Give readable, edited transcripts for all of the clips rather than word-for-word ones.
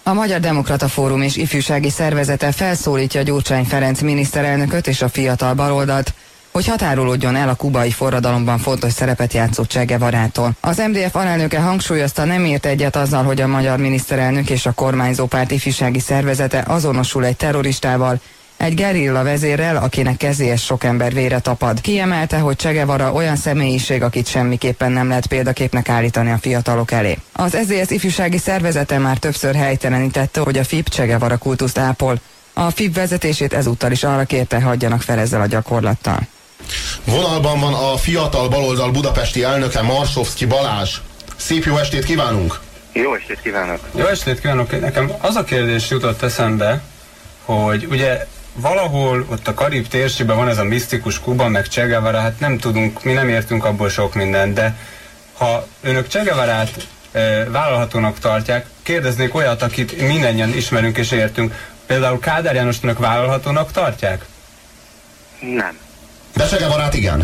A Magyar Demokrata Fórum és ifjúsági szervezete felszólítja Gyurcsány Ferenc miniszterelnököt és a fiatal baloldalt, hogy határolódjon el a kubai forradalomban fontos szerepet játszó Che Guevarától. Az MDF alelnöke hangsúlyozta, nem ért egyet azzal, hogy a magyar miniszterelnök és a kormányzó párt ifjúsági szervezete azonosul egy terroristával, egy gerilla vezérrel, akinek kezéhez sok ember vére tapad. Kiemelte, hogy Che Guevara olyan személyiség, akit semmiképpen nem lehet példaképnek állítani a fiatalok elé. Az SZDSZ ifjúsági szervezete már többször helytelenítette, hogy a FIP Che Guevara kultuszt ápol. A FIP vezetését ezúttal is arra kérte, hagyjanak fel ezzel a gyakorlattal. Vonalban van a fiatal baloldal budapesti elnöke, Marsovszky Balázs. Szép jó estét kívánunk! Jó estét kívánok! Jó estét kívánok! Nekem az a kérdés jutott eszembe, hogy ugye valahol ott a Karib térségben van ez a misztikus Kuba, meg Che Guevara, hát nem tudunk, mi nem értünk abból sok mindent, de ha önök Che Guevarát vállalhatónak tartják, kérdeznék olyat, akit mindannyian ismerünk és értünk. Például Kádár Jánost önök vállalhatónak tartják? Nem. De Che Guevarát igen?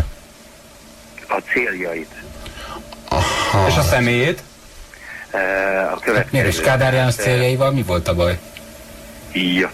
A céljait. Aha. És a személyét? A következő. Miért is Kádár János céljaival mi volt a baj? Ja.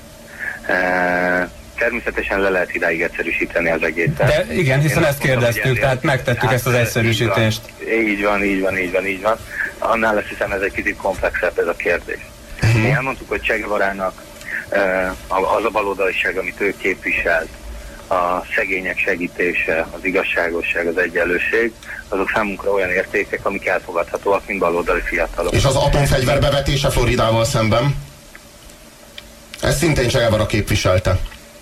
Természetesen le lehet idáig egyszerűsíteni az egészet. De igen, hiszen ezt kérdeztük, tehát megtettük ezt az egyszerűsítést. Így van. Annál azt hiszem ez egy kicsit komplexebb ez a kérdés. Mi elmondtuk, hogy Che Guevarának az a baloldaliság, amit ő képviselt, a szegények segítése, az igazságosság, az egyenlőség, azok számunkra olyan értékek, amik elfogadhatóak, mint baloldali fiatalok. És az atomfegyver bevetése Floridával szemben? Ez szintén Che Guevara képviselte.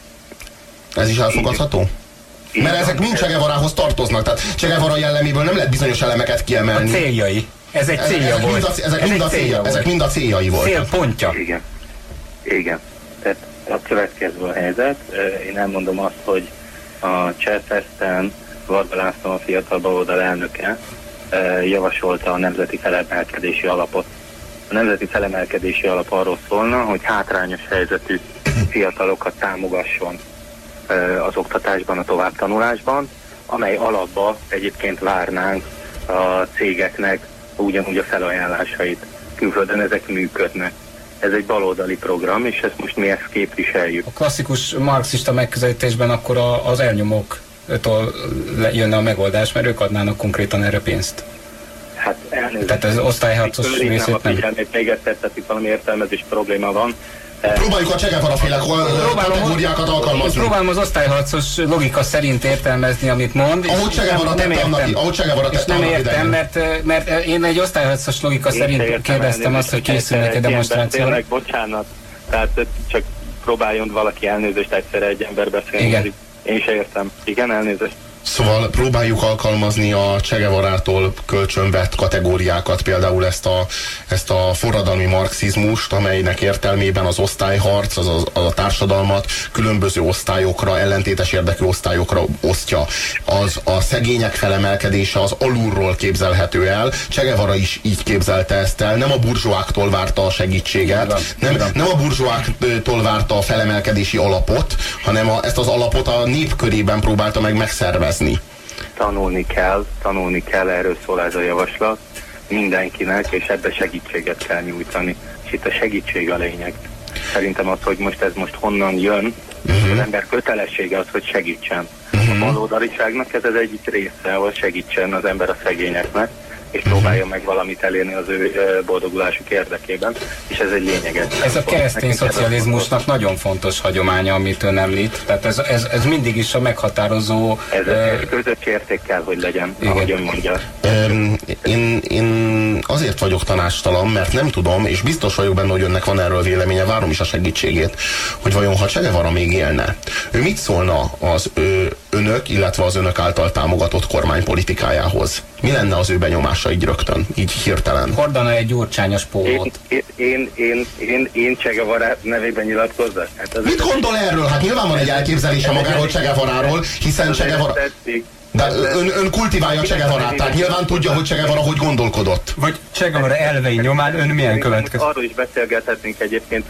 Ez is elfogadható? Mert ezek mind Che Guevarához tartoznak, tehát Che Guevara jelleméből nem lehet bizonyos elemeket kiemelni. A céljai. Ez egy célja volt. Ezek mind a céljai voltak. Célpontja. Igen. Tehát a következő a helyzet. Én elmondom azt, hogy a Cseh-Festen Varga László, a fiatal baloldal elnöke javasolta a Nemzeti Felemelkedési Alapot. A Nemzeti Felemelkedési Alap arról szólna, hogy hátrányos helyzetű fiatalokat támogasson az oktatásban, a továbbtanulásban, amely alapba egyébként várnánk a cégeknek ugyanúgy a felajánlásait. Külföldön ezek működnek. Ez egy baloldali program, és ezt most mi ezt képviseljük. A klasszikus marxista megközelítésben akkor az elnyomóktól jönne a megoldás, mert ők adnának konkrétan erre pénzt. Hát elnézést. Tehát az osztályharcos részét nem. Még egyszer, tehát itt valami értelmezés probléma van. Próbáljuk a Che Guevara-féle kategóriákat alkalmazni. Próbálom az osztályharcos logika szerint értelmezni, amit mond. Ahogy Che Guevara tette nem értem, mert én egy osztályharcos logika szerint kérdeztem azt, hogy készülnek egy demonstrációra. Bocsánat, tehát csak próbáljon valaki elnézést egyszerre egy ember beszélni. Igen. Én se értem. Igen, elnézést. Szóval próbáljuk alkalmazni a Che Guevarától kölcsönvett kategóriákat, például ezt a forradalmi marxizmust, amelynek értelmében az osztályharc, az a társadalmat különböző osztályokra, ellentétes érdekű osztályokra osztja. A szegények felemelkedése az alulról képzelhető el. Che Guevara is így képzelte ezt el. Nem a burzsóáktól várta a segítséget, nem a burzsóáktól várta a felemelkedési alapot, hanem ezt az alapot a nép körében próbálta meg megszervezni. Tanulni kell, erről szól ez a javaslat mindenkinek, és ebbe segítséget kell nyújtani. És itt a segítség a lényeg. Szerintem az, hogy ez most honnan jön, az ember kötelessége az, hogy segítsen. A baloldaliságnak ez az egyik része, ahol segítsen az ember a szegényeknek, és próbálja meg valamit elérni az ő boldogulásuk érdekében, és ez egy lényeges. Ez a keresztény szocializmusnak nagyon fontos hagyománya, amit ön említ. Tehát ez mindig is a meghatározó... Ez a közös érték kell, hogy legyen, ahogy ön mondja. Én azért vagyok tanácstalan, mert nem tudom, és biztos vagyok benne, hogy önnek van erről véleménye, várom is a segítségét, hogy vajon ha Che Guevara még élne, ő mit szólna az önök, illetve az önök által támogatott kormánypolitikájához? Mi lenne az ő benyomása így rögtön, így hirtelen? Hordana egy gyurcsányos pólót. Én Che Guevara nevében nyilatkozzak? Hát mit gondol erről? Hát nyilván van egy elképzelése magáról Che Guevaráról, hiszen Che Guevara... De ön kultiválja Che Guevarát, tehát nyilván tudja, hogy Che Guevara hogy gondolkodott. Vagy Che Guevara elvei nyomán ön milyen következő? Arról is beszélgethetnénk egyébként, hogy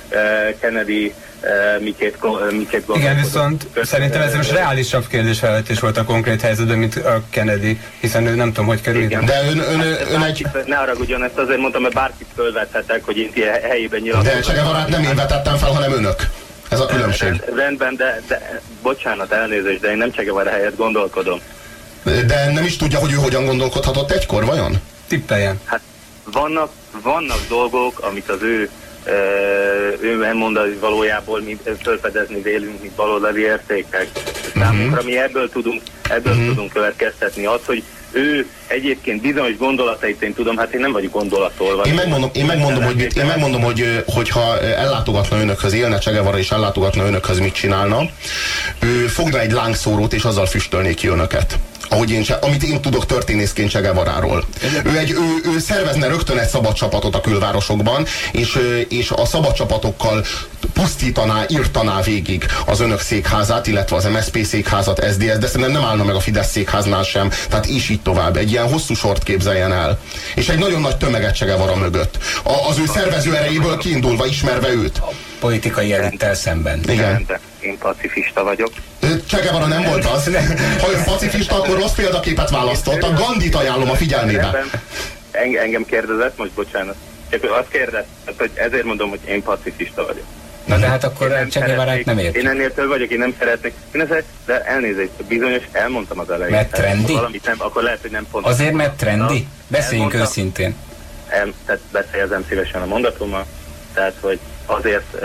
Kennedy miként gondolkodott. Igen, viszont szerintem ez most reálisabb kérdésfelvetés volt a konkrét helyzetben, mint a Kennedy, hiszen ő nem tudom, hogy kerül ide. De ön egy... Ne haragudjon, ezt azért mondtam, mert bárkit fölvethetek, hogy én ilyen helyében nyilatkozom. De Che Guevarát nem én vetettem fel, hanem önök. Ez a különbség. Rendben, de bocsánat, elnézést, de én nem Che Guevara helyett gondolkodom. De nem is tudja, hogy ő hogyan gondolkodhatott egykor, vajon? Tippeljen. Hát vannak dolgok, amit az ő elmondani valójából felfedezni vélünk, mint baloldali értékek. Számunkra mi ebből tudunk következtetni. Az, hogy ő egyébként bizonyos gondolatait én tudom, hát én nem vagyok gondolatolva. Én megmondom, hogy ha ellátogatna önökhöz, élne Che Guevara és ellátogatna önökhöz, mit csinálna. Ő fogna egy lángszórót és azzal füstölné ki önöket. Amit én tudok történészként Che Guevaráról. Ő szervezne rögtön egy szabad csapatot a külvárosokban, és a szabad csapatokkal írtaná végig az önök székházát, illetve az MSZP székházat, SZDSZ, de szerintem nem állna meg a Fidesz székháznál sem, tehát és így tovább. Egy ilyen hosszú sort képzeljen el. És egy nagyon nagy tömeget Che Guevara mögött. Az ő szervező erejéből kiindulva, ismerve őt. Politikai elittel szemben. Igen. Én pacifista vagyok. Che Guevara nem volt az. Ha ő pacifista, akkor rossz példaképet választott. A Gandhit ajánlom a figyelmébe. Engem kérdezett, most bocsánat. Csak azt kérdezett, hogy ezért mondom, hogy én pacifista vagyok. Na de hát akkor Che Guevarát nem értjük. Én ennél több vagyok, én nem szeretnék. De elnézést, bizonyos elmondtam az elején. Mert trendi? Valamit nem, akkor lehet, hogy nem pont. Azért, mert trendi? Beszéljünk őszintén. Tehát beszéljezem szívesen a mondatommal. Tehát, hogy azért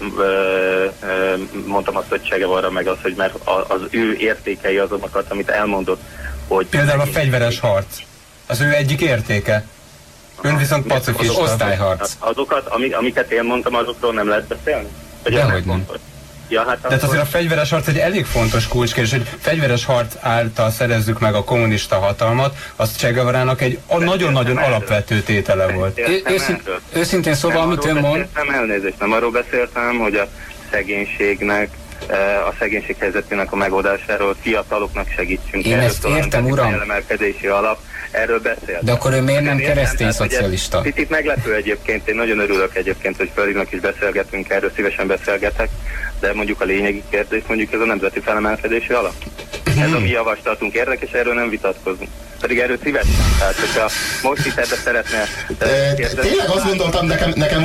mondtam azt, hogy Che Guevara meg az, hogy mert az ő értékei azokat, amit elmondott, hogy... Például a fegyveres harc. Az ő egyik értéke. Ön viszont pacifista. Az osztályharc. Azokat, amiket én mondtam, azokról nem lehet beszélni? Dehogy nem. Ja, hát de azért a fegyveres harc egy elég fontos kulcskérdés, hogy fegyveres harc által szerezzük meg a kommunista hatalmat, az Che Guevarának egy nagyon-nagyon alapvető tétele volt. Őszintén szóval, amit ön mond... Nem arról beszéltem, hogy a szegénységnek, a szegénység helyzetének a megoldásáról, fiataloknak segítsünk. Én ezt értem, uram. Emelkedési alap. Erről beszélt. De akkor ő miért nem keresztény szocialista? Picit meglepő egyébként, én nagyon örülök egyébként, hogy Földnek is beszélgetünk, erről szívesen beszélgetek, de mondjuk a lényegi kérdés, mondjuk ez a nemzeti felemelkedési alap. Ez a mi javaslatunk érdekes, erről nem vitatkozunk. Pedig erről szívesen. Tehát, hogyha most itt ebbe szeretne... Tényleg azt gondoltam, nekem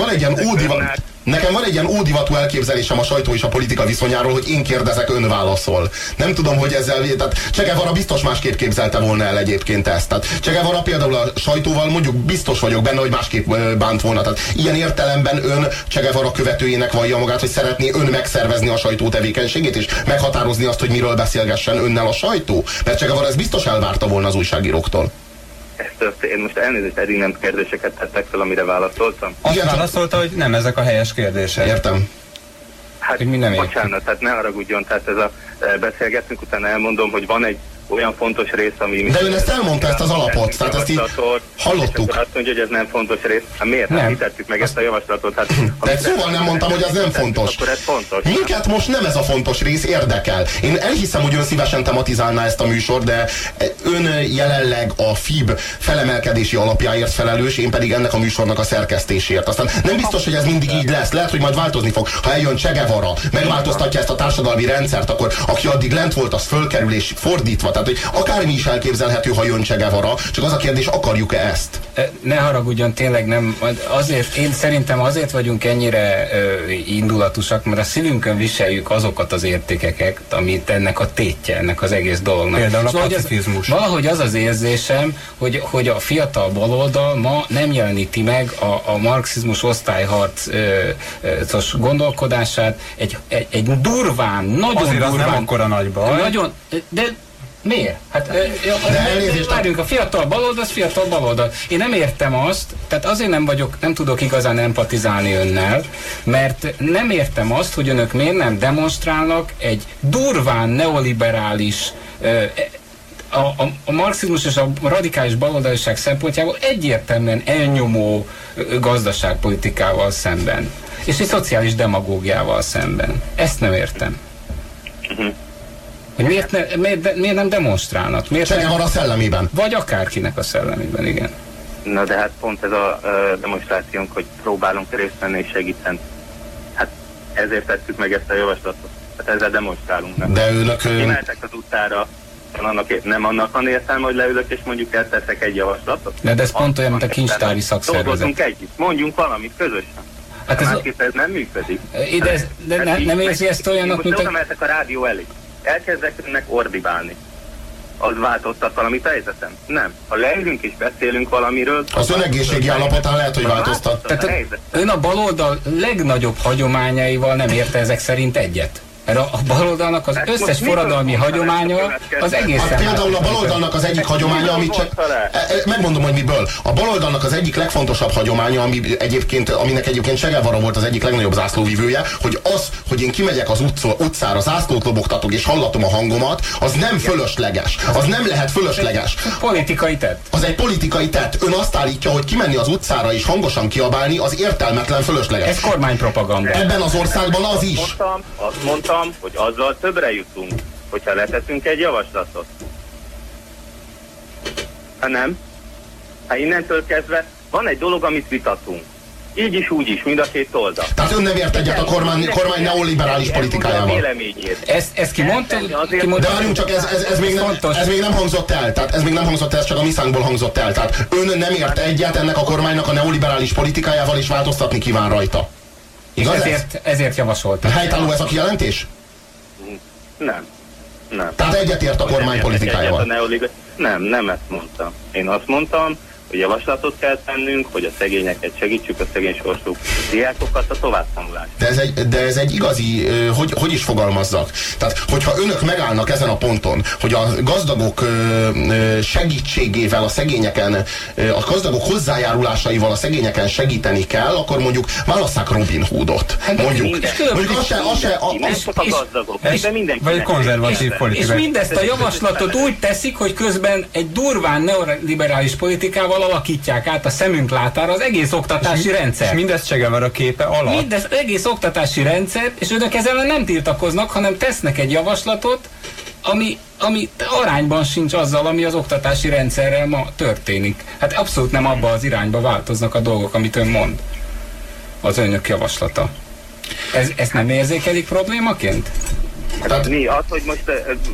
van egy ilyen ódivatú elképzelésem a sajtó és a politika viszonyáról, hogy én kérdezek, ön válaszol. Nem tudom, hogy ezzel... Tehát Che Guevara biztos másképp képzelte volna el egyébként ezt. Tehát Che Guevara például a sajtóval mondjuk biztos vagyok benne, hogy másképp bánt volna. Tehát ilyen értelemben ön Che Guevara követőjének vallja magát, hogy szeretné ön megszervezni a sajtó tevékenységét, és meghatározni azt, hogy miről beszélgessen önnel a sajtó. Mert Che Guevara ezt biztos elvárta volna az újságíróktól. Én most elnézést, eddig nem kérdéseket tettek fel, amire válaszoltam. Azt válaszolta, hogy nem ezek a helyes kérdések. Értem. Hát bocsánat, tehát ne haragudjon, tehát ez a beszélgetünk, utána elmondom, hogy van egy olyan fontos rész, ami... De ön ezt elmondta, ezt az alapot, tehát ezt így hallottuk. Azt mondja, hogy ez nem fontos rész. Hát miért? Nem hitettük meg ezt a javaslatot. Hát, de szóval nem mondtam, hogy ez nem fontos. Akkor ez fontos. Minket most nem ez a fontos rész érdekel. Én elhiszem, hogy ön szívesen tematizálná ezt a műsor, de ön jelenleg a FIB felemelkedési alapjáért felelős, én pedig ennek a műsornak a szerkesztésért. Aztán nem biztos, hogy ez mindig így lesz. Lehet, hogy majd változni fog. Ha eljön Che Guevara, megváltoztatja ezt a társadalmi rendszert, akkor aki addig lent volt, az fölkerül és fordítva. Tehát, hogy akármi is elképzelhető, ha jön Che Guevara, csak az a kérdés, akarjuk-e ezt? Ne haragudjon, tényleg nem. Azért, én szerintem azért vagyunk ennyire indulatusak, mert a szívünkön viseljük azokat az értékeket, amit ennek a tétje, ennek az egész dolognak. Például a pacifizmus. Valahogy az az érzésem, hogy a fiatal baloldal ma nem jeleníti meg a marxizmus osztályharcos gondolkodását, egy durván, nagyon azért durván. Az nem akkora nagy baj. Nagyon, de miért? Hát várjunk, a fiatal baloldal, az fiatal baloldal. Én nem értem azt, tehát azért nem tudok igazán empatizálni önnel, mert nem értem azt, hogy önök miért nem demonstrálnak egy durván neoliberális a marxizmus és a radikális baloldaliság szempontjából egyértelműen elnyomó gazdaságpolitikával szemben. És egy szociális demagógiával szemben. Ezt nem értem. Hogy miért nem demonstrálnak? Che van a szellemében. Vagy akárkinek a szellemében, igen. Na de hát pont ez a demonstrációnk, hogy próbálunk részt venni és segíteni. ezért tettük meg ezt a javaslatot. Hát ezzel demonstrálunk. Nem? De önök... Kimeltek az utcára, nem annak van értelme, hogy leülök és mondjuk elteszek egy javaslatot. De ez pont olyan, mint a kincstári szakszervezet. Dolgozunk együtt, mondjunk valamit közösen. Hát ez nem működik. Nem érzi ezt olyanok, mint a... Most oda a rádió elé. Elkezdek önnek ordibálni. Az változtat valamit a helyzetem? Nem. Ha leülünk és beszélünk valamiről... Az ön egészségi állapotán lehet, hogy változtat. Tehát ön a baloldal legnagyobb hagyományaival nem érte ezek szerint egyet? Mert a baloldalnak az összes forradalmi hagyománya az egészen... Hát például a baloldalnak az egyik hagyománya, amit csak... Megmondom, hogy miből. A baloldalnak az egyik legfontosabb hagyománya, aminek egyébként Che Guevara volt az egyik legnagyobb zászlóvivője, hogy az, hogy én kimegyek az utcára, zászlót lobogtatok és hallatom a hangomat, az nem fölösleges. Az nem lehet fölösleges. Politikai tett. Az egy politikai tett. Ön azt állítja, hogy kimenni az utcára és hangosan kiabálni, az értelmetlen, fölösleges. Ez kormánypropaganda. Ebben az országban az is. Azt mondtam, hogy azzal többre jutunk, hogyha leteszünk egy javaslatot. Ha nem, hát innentől kezdve van egy dolog, amit vitatunk. Így is, úgy is, mind a két oldal. Tehát ön nem ért egyet a kormány neoliberális politikájával. Ezt kimondta? De várjunk csak, ez még nem hangzott el. Tehát ez még nem hangzott el, ez csak a mi szánkból hangzott el. Tehát ön nem ért egyet ennek a kormánynak a neoliberális politikájával, és változtatni kíván rajta. Igaz ezért javasolta. Helytálló ez a kijelentés? Nem. Tehát egyetért a kormány politikájával? Nem ezt mondtam. Én azt mondtam, hogy javaslatot kell tennünk, hogy a szegényeket segítsük, a szegény sorsú diákokat a továbbtanulást. De ez egy igazi, hogy is fogalmazzak? Tehát, hogyha önök megállnak ezen a ponton, hogy a gazdagok segítségével a szegényeken, a gazdagok hozzájárulásaival a szegényeken segíteni kell, akkor mondjuk válasszák Robin Hoodot. Mondjuk az se a gazdagok, de mindenki. Vagy konzervatív politikai. És mindezt a javaslatot úgy teszik, hogy közben egy durván neoliberális politikával alakítják át a szemünk látára az egész oktatási rendszer. És mindezt Che Guevara képe alatt. Mindez egész oktatási rendszer, és önök ezzel nem tiltakoznak, hanem tesznek egy javaslatot, ami arányban sincs azzal, ami az oktatási rendszerrel ma történik. Hát abszolút nem abba az irányba változnak a dolgok, amit ön mond. Az önök javaslata. Ezt nem érzékelik problémaként? Hát mi? Az, hogy most,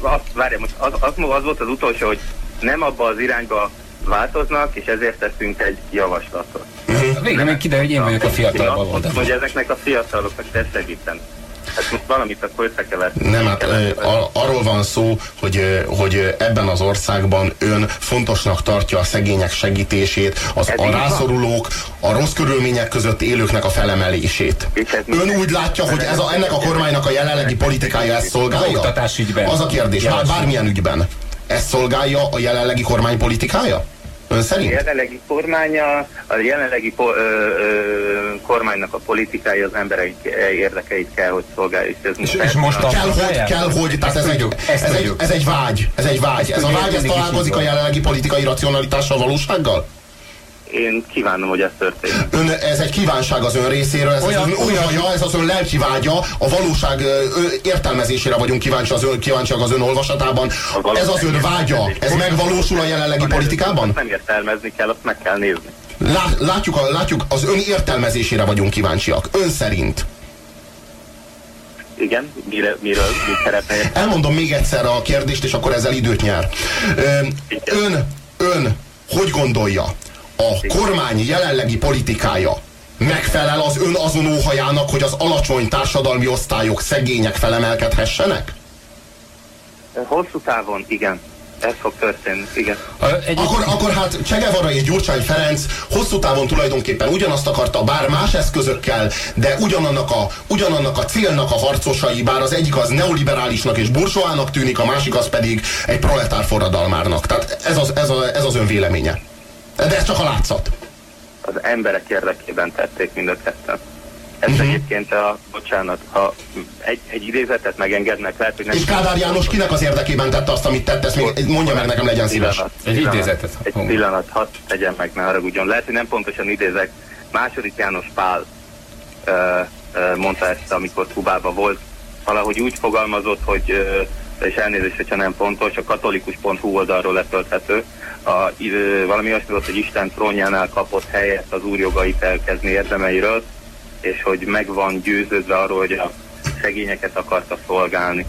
az volt az utolsó, hogy nem abba az irányba változnak, és ezért teszünk egy javaslatot. Végre még kiderül, hogy én vagyok a fiatal baloldal. Hogy ezeknek a fiataloknak kell segíteni. Hát most valamit akkor összekevertünk. Nem, hát arról van szó, hogy ebben az országban ön fontosnak tartja a szegények segítését, a rászorulók, a rossz körülmények között élőknek a felemelését. Ön úgy látja, hogy ennek a kormánynak a jelenlegi politikája ezt szolgálja? Oktatásügyben. Az a kérdés, bármilyen ügyben. Ezt szolgálja a jelenlegi kormány politikája? Ön szerint? A jelenlegi kormánynak a politikája az emberek érdekeit kell, hogy szolgálja. És most kell, hogy, tehát ez egy vágy. Ez a vágy, ez találkozik a jelenlegi politikai racionalitással, valósággal? Én kívánom, hogy ez történik. Ez egy kívánság az ön részéről, ez az ön lelki vágya, a valóság értelmezésére vagyunk kíváncsiak az ön olvasatában. Ez az ön vágya, ez megvalósul a jelenlegi politikában? Nem értelmezni kell, azt meg kell nézni. Látjuk, az ön értelmezésére vagyunk kíváncsiak. Ön szerint. Igen, mit szeretne? Elmondom még egyszer a kérdést, és akkor ezzel időt nyer. Ön hogy gondolja? A kormány jelenlegi politikája megfelel az ön azon óhajának, hogy az alacsony társadalmi osztályok, szegények felemelkedhessenek? Hosszú távon, igen. Ez fog történni, igen. Akkor hát Che Guevara és Gyurcsány Ferenc hosszú távon tulajdonképpen ugyanazt akarta, bár más eszközökkel, de ugyanannak a célnak a harcosai, bár az egyik az neoliberálisnak és burzsóának tűnik, a másik az pedig egy proletár forradalmárnak. Tehát ez az ön véleménye. De ez csak a látszat. Az emberek érdekében tették mind a ketten. Ez egyébként bocsánat, ha egy idézetet megengednek, lehet, hogy nem... És Kádár János kinek az érdekében tette azt, amit tett? Ezt még mondja meg nekem, legyen szíves. Egy idézetet. Egy pillanat, hadd tegyen meg, ne haragudjon. Lehet, hogy nem pontosan idézek. II. János Pál mondta ezt, amikor Kubában volt. Valahogy úgy fogalmazott, hogy, és elnézést, hogyha nem pontos, a katolikus.hu oldalról letölthető. Valami azt mondott, hogy Isten trónjánál kapott helyet az úr jogait elkezdni érdemeiről. és hogy meg van győződve arról, hogy a szegényeket akarta szolgálni.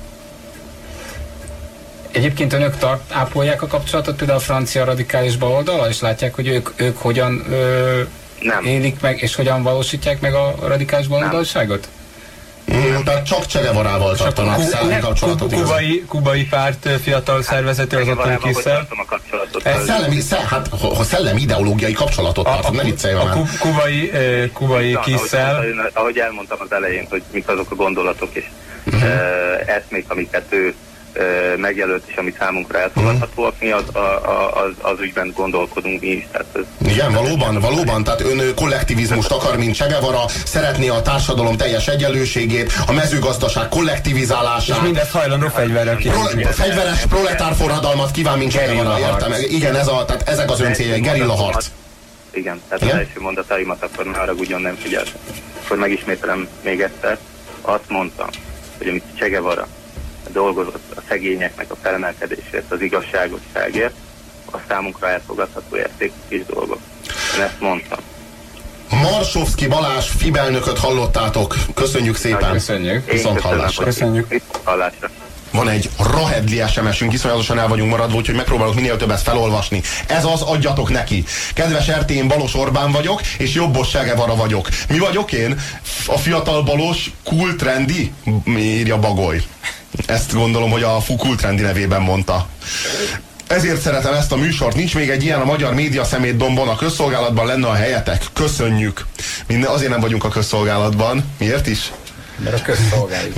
Egyébként önök ápolják a kapcsolatot például a francia radikális baloldallal, és látják, hogy ők hogyan élik meg, és hogyan valósítják meg a radikális baloldalságot? Tehát csak Che Guevarával tartanak szellemi kapcsolatot. Kubai párt fiatal szervezeti az otthon Kisszel. Hát, ha szellemi ideológiai kapcsolatot tartunk, ne viccelj már. A kubai Kisszel. Ahogy elmondtam az elején, hogy mik azok a gondolatok és eszmék, amiket ő megjelölt, és ami számunkra elfogadhatóak, mi az ügyben gondolkodunk mi is. Igen, valóban, tehát ön kollektivizmust akar, mint Che Guevara, szeretné a társadalom teljes egyenlőségét, a mezőgazdaság kollektivizálását. És mindezt hajlandó fegyverrel fegyveres proletár forradalmat kíván, mint Che Guevara, értem? Igen, tehát ezek az ön céljai, gerilla harc. Igen, tehát az első mondataimat akkor ne haragudjon, nem figyeltem. Akkor megismételem még egyszer, azt mondtam, hogy amit Che Guevara dolgozott a szegényeknek a felemelkedésért, az igazságosságért, a számunkra elfogadható értékű kis dolgok. Én ezt mondtam. Marsovszki Balázs Fibelnököt hallottátok. Köszönjük szépen. Köszönjük. Viszont hallásra. Köszönjük. Hallásra. Van egy rahedli SMS-ünk, iszonyatosan el vagyunk maradva, úgyhogy megpróbálok minél többet felolvasni. Ez az, adjatok neki. Kedves RT, én Balos Orbán vagyok, és jobbos Che Guevara vagyok. Mi vagyok én? A fiatal Balos cool trendy? Írja Bagoly. Ezt gondolom, hogy a cool trendy nevében mondta. Ezért szeretem ezt a műsort. Nincs még egy ilyen a magyar média szemétdombon. A közszolgálatban lenne a helyetek. Köszönjük. Azért nem vagyunk a közszolgálatban. Miért is? Mert a közszolgáljuk.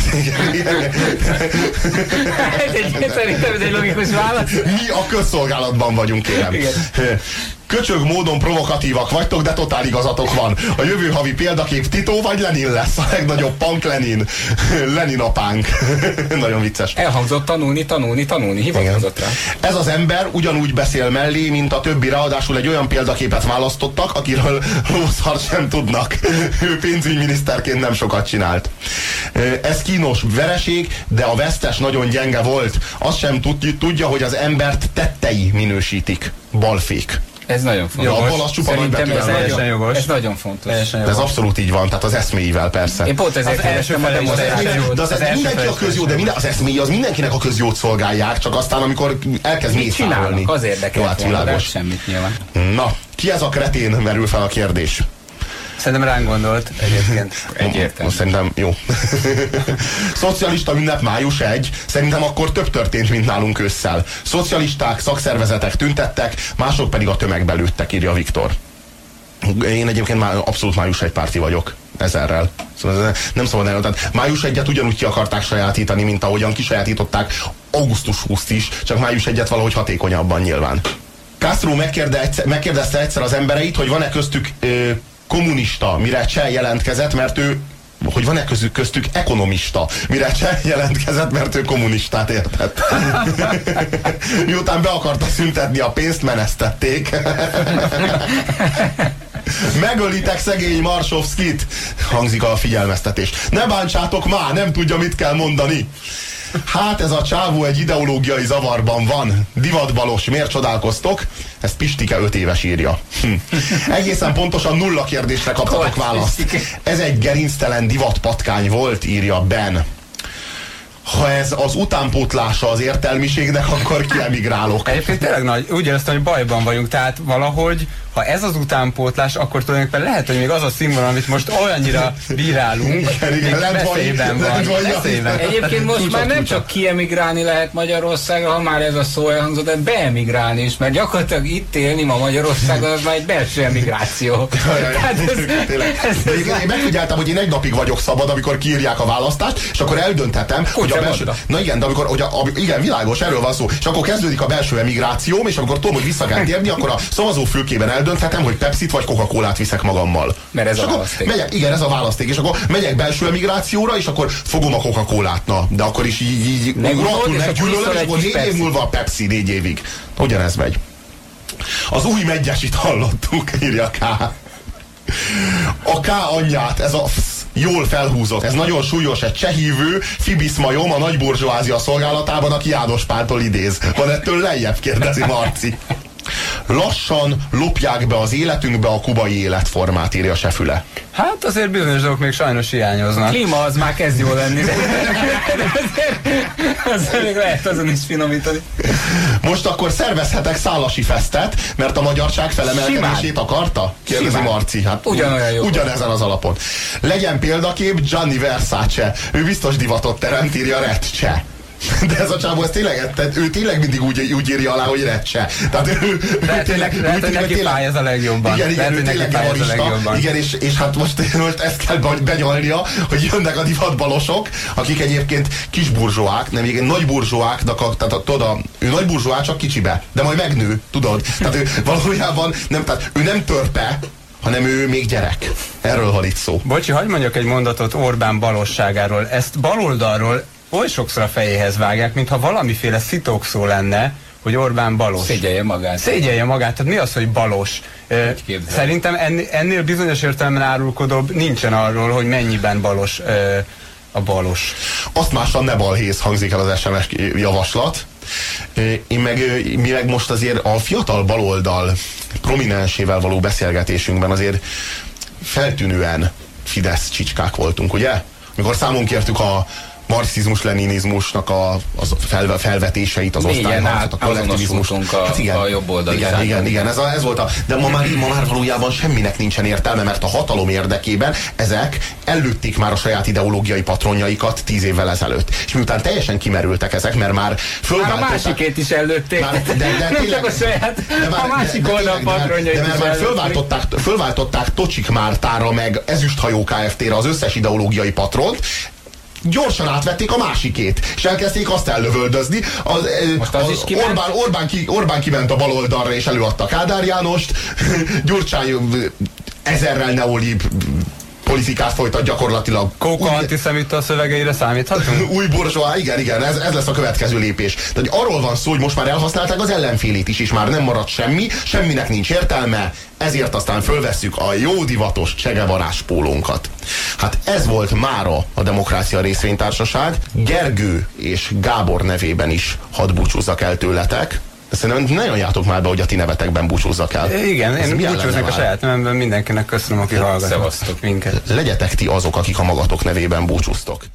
Szerintem ez egy logikus válasz. Mi a közszolgálatban vagyunk, kérem. Köcsög módon provokatívak vagytok, de totál igazatok van. A jövő havi példakép Tito vagy Lenin lesz. A legnagyobb punk Lenin. Lenin apánk. Nagyon vicces. Elhangzott tanulni. Hivatkozott rá. Ez az ember ugyanúgy beszél mellé, mint a többi, ráadásul egy olyan példaképet választottak, akiről lószart sem tudnak. Ő pénzügyminiszterként nem sokat csinált. Ez kínos vereség, de a vesztes nagyon gyenge volt. Azt sem tudja, hogy az embert tettei minősítik. Balfék. Ez nagyon fontos. Ja, a bal az csupa nagybetűvel. Ez nagyon fontos. Ez abszolút így van, tehát az eszméivel persze. Én pont ezért kérdeztem a demonstrációt. De az mindenki a közjó, de az eszméi az mindenkinek a közjót szolgálják, csak aztán amikor elkezd mészárolni. Az érdekel, hát semmit nyilván. Na, ki ez a kretén, merül fel a kérdés. Szerintem ránk gondolt egyébként. Egyértelmű. Szerintem jó. Szocialista ünnep május 1. Szerintem akkor több történt, mint nálunk ősszel. Szocialisták, szakszervezetek tüntettek, mások pedig a tömegbe lőttek, írja Viktor. Én egyébként már abszolút május 1 párti vagyok. Ezerrel. Szóval nem szabad el. Tehát május 1-et ugyanúgy ki akarták sajátítani, mint ahogyan kisajátították augusztus 20-t is, csak május 1-et valahogy hatékonyabban nyilván. Castro megkérdezte egyszer az embereit, hogy van-e köztük kommunista, mire Che jelentkezett, mert ő, hogy van-e köztük ekonomista, mire Che jelentkezett, mert ő kommunistát értett. Miután be akarta szüntetni a pénzt, menesztették. Megölitek szegény Marsovszkit, hangzik a figyelmeztetés. Ne bántsátok már, nem tudja, mit kell mondani. Hát ez a csávó egy ideológiai zavarban van. Divatbalos, miért csodálkoztok? Ezt Pistike 5 éves írja. Egészen pontosan 0 kérdésre kaptatok választ. Ez egy gerinctelen divatpatkány volt, írja Ben. Ha ez az utánpótlása az értelmiségnek, akkor kiemigrálok. Egyébként tényleg nagy, úgy éreztem, hogy bajban vagyunk, tehát valahogy, ha ez az utánpótlás, akkor tulajdonképpen lehet, hogy még az a színvonal, amit most olyannyira bírálunk, igen, veszélyben van. Egyébként most már nem csak kiemigrálni lehet Magyarországra, ha már ez a szó elhangzott, de beemigrálni is, mert gyakorlatilag itt élni ma Magyarországon, az már egy belső emigráció. Én megfigyeltem, hogy én egy napig vagyok szabad, amikor kiírják a választást, és akkor eldönthetem, hogy a belső... Na igen, de amikor, igen, világos, erről van szó, és akkor kezdődik a belső emigrációm, és amikor tudom, hogy vissza kell térni, akkor a szavazófülkében eldönthetem, hogy Pepsit vagy Coca-Colát viszek magammal. Mert ez a választék. Megyek, igen, ez a választék, és akkor megyek belső emigrációra, és akkor fogom a Coca-Colát, na, de akkor is így rohadtul meggyűlölöm, és akkor 4 év múlva a Pepsi 4 évig. Ugyanez megy. Az új Medgyesit hallottuk, írja K. A K anyját, ez a jól felhúzott. Ez nagyon súlyos, egy csehívő fibiszmajom a nagy burzsóázia szolgálatában, aki János Páltól idéz. Van ettől lejjebb, kérdezi Marci. Lassan lopják be az életünkbe a kubai életformát, írja Sefüle. Hát azért bizonyos dolgok még sajnos hiányoznak. Klíma az már kezd jól lenni. Azért még lehet azon is finomítani. Most akkor szervezhetek szálasi fesztet, mert a magyarság felemelkedését akarta? Kérdezi Marci. Hát ugyanolyan jó. Ugyanezen az alapon. Legyen példakép Gianni Versace. Ő biztos divatot teremt, írja Recce. De ez a csávó, ő tényleg mindig úgy írja alá, hogy Recce. Tehát ő lehet, hogy neki pályáz a legjobban. Igen, ő tényleg gavarista. Igen, és hát most ezt kell benyalnia, hogy jönnek a divatbalosok, akik egyébként kis burzsóák, nem igen, nagy burzsóáknak, tehát ő nagy burzsóá csak kicsibe, de majd megnő, tudod? Tehát ő valójában tehát ő nem törpe, hanem ő még gyerek. Erről van itt szó. Bocsi, hagyj mondjak egy mondatot Orbán balosságáról. Ezt baloldalról oly sokszor a fejéhez vágják, mintha valamiféle szitokszó lenne, hogy Orbán balos. Szégyelje magát. Szégyelje magát. Tehát mi az, hogy balos? Szerintem ennél bizonyos értelemben árulkodóbb nincsen arról, hogy mennyiben balos a balos. Azt mással ne balhéz, hangzik el az SMS javaslat. Mi meg most azért a fiatal baloldal prominensével való beszélgetésünkben azért feltűnően Fidesz csicskák voltunk, ugye? Mikor számon kértük a marxizmus-leninizmusnak a felvetéseit, az osztályharcot, a kollektivizmust. Hát igen, a jobb oldali. Igen, ez volt de ma már valójában semminek nincsen értelme, mert a hatalom érdekében ezek ellőtték már a saját ideológiai patronjaikat 10 évvel ezelőtt. És miután teljesen kimerültek ezek, mert már fölváltották... Már a másikét is ellőtték. Nem csak a saját, a másik oldal patronjait is ellőtték. Fölváltották Tocsik Mártára meg Ezüsthajó Kft-re az összes ideológiai patront, gyorsan átvették a másikét, és elkezdték azt ellövöldözni. Orbán kiment a baloldalra, és előadta Kádár Jánost, Gyurcsány ezerrel neolib politikát folytat gyakorlatilag. Kóka antiszemita a szövegeire számíthatunk? Új burzsóá, igen, ez lesz a következő lépés. Tehát arról van szó, hogy most már elhasználták az ellenfélét is, és már nem maradt semminek nincs értelme, ezért aztán fölvesszük a jó divatos Che Guevarás pólónkat. Hát ez volt mára a Demokrácia Részvénytársaság. Gergő és Gábor nevében is hadd búcsúzzak el tőletek. Szerintem ne nyomjátok már be, hogy a ti nevetekben búcsúzzak el. Igen, én búcsúznék a saját nevemben, mindenkinek köszönöm, aki hallgatott minket. Legyetek ti azok, akik a magatok nevében búcsúztok.